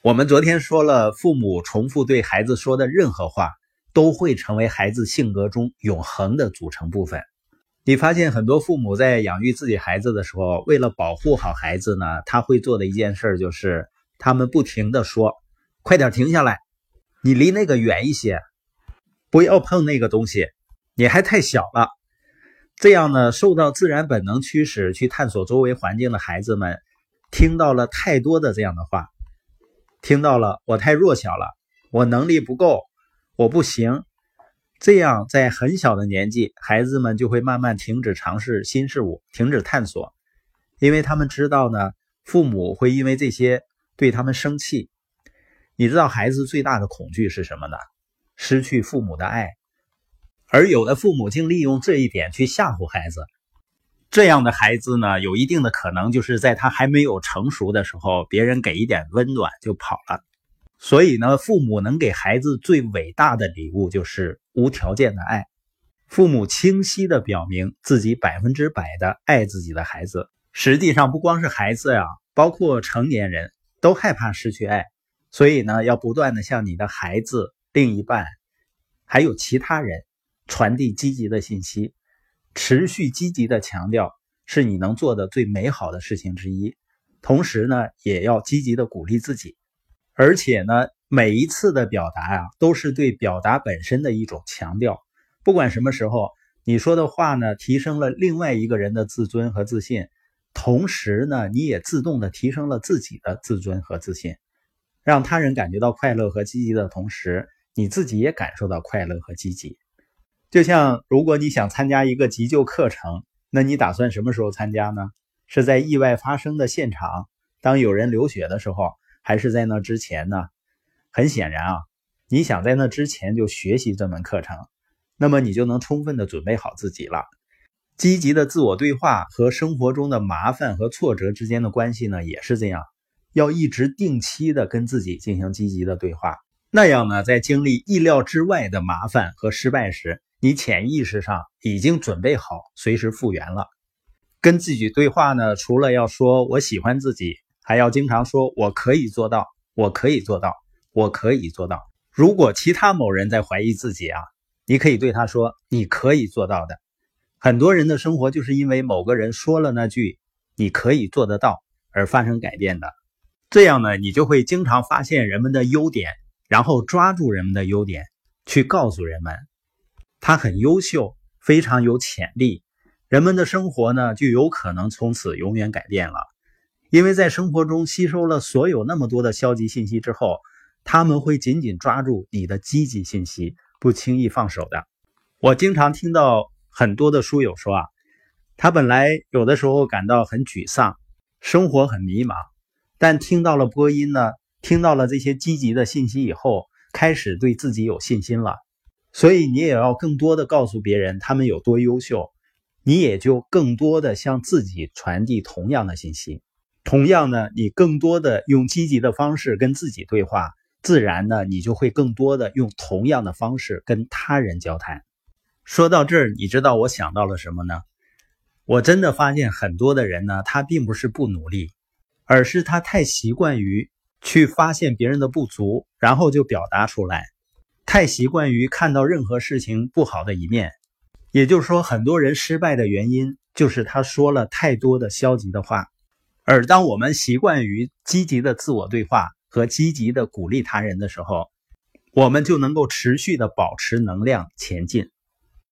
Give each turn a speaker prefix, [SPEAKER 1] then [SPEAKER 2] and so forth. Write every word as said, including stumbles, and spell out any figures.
[SPEAKER 1] 我们昨天说了，父母重复对孩子说的任何话，都会成为孩子性格中永恒的组成部分。你发现很多父母在养育自己孩子的时候，为了保护好孩子呢，他会做的一件事就是，他们不停地说，快点停下来，你离那个远一些，不要碰那个东西，你还太小了。这样呢，受到自然本能驱使去探索周围环境的孩子们，听到了太多的这样的话，听到了我太弱小了，我能力不够，我不行。这样在很小的年纪，孩子们就会慢慢停止尝试新事物，停止探索，因为他们知道呢，父母会因为这些对他们生气。你知道孩子最大的恐惧是什么呢？失去父母的爱。而有的父母竟利用这一点去吓唬孩子。这样的孩子呢，有一定的可能就是在他还没有成熟的时候，别人给一点温暖就跑了。所以呢，父母能给孩子最伟大的礼物就是无条件的爱。父母清晰地表明自己百分之百的爱自己的孩子。实际上不光是孩子呀，包括成年人都害怕失去爱。所以呢，要不断地向你的孩子、另一半，还有其他人传递积极的信息。持续积极的强调是你能做的最美好的事情之一。同时呢，也要积极的鼓励自己。而且呢，每一次的表达啊，都是对表达本身的一种强调。不管什么时候，你说的话呢，提升了另外一个人的自尊和自信，同时呢，你也自动的提升了自己的自尊和自信，让他人感觉到快乐和积极的同时，你自己也感受到快乐和积极。就像如果你想参加一个急救课程，那你打算什么时候参加呢？是在意外发生的现场，当有人流血的时候，还是在那之前呢？很显然啊，你想在那之前就学习这门课程，那么你就能充分的准备好自己了。积极的自我对话和生活中的麻烦和挫折之间的关系呢，也是这样，要一直定期的跟自己进行积极的对话。那样呢，在经历意料之外的麻烦和失败时，你潜意识上已经准备好随时复原了。跟自己对话呢，除了要说我喜欢自己，还要经常说我可以做到，我可以做到，我可以做到。如果其他某人在怀疑自己啊，你可以对他说你可以做到的。很多人的生活就是因为某个人说了那句你可以做得到而发生改变的。这样呢，你就会经常发现人们的优点，然后抓住人们的优点，去告诉人们他很优秀，非常有潜力。人们的生活呢，就有可能从此永远改变了。因为在生活中吸收了所有那么多的消极信息之后，他们会紧紧抓住你的积极信息，不轻易放手的。我经常听到很多的书友说啊，他本来有的时候感到很沮丧，生活很迷茫，但听到了播音呢，听到了这些积极的信息以后，开始对自己有信心了。所以你也要更多的告诉别人他们有多优秀，你也就更多的向自己传递同样的信息。同样呢，你更多的用积极的方式跟自己对话，自然呢，你就会更多的用同样的方式跟他人交谈。说到这儿，你知道我想到了什么呢？我真的发现很多的人呢，他并不是不努力，而是他太习惯于去发现别人的不足，然后就表达出来，太习惯于看到任何事情不好的一面。也就是说，很多人失败的原因就是他说了太多的消极的话。而当我们习惯于积极的自我对话和积极的鼓励他人的时候，我们就能够持续的保持能量前进。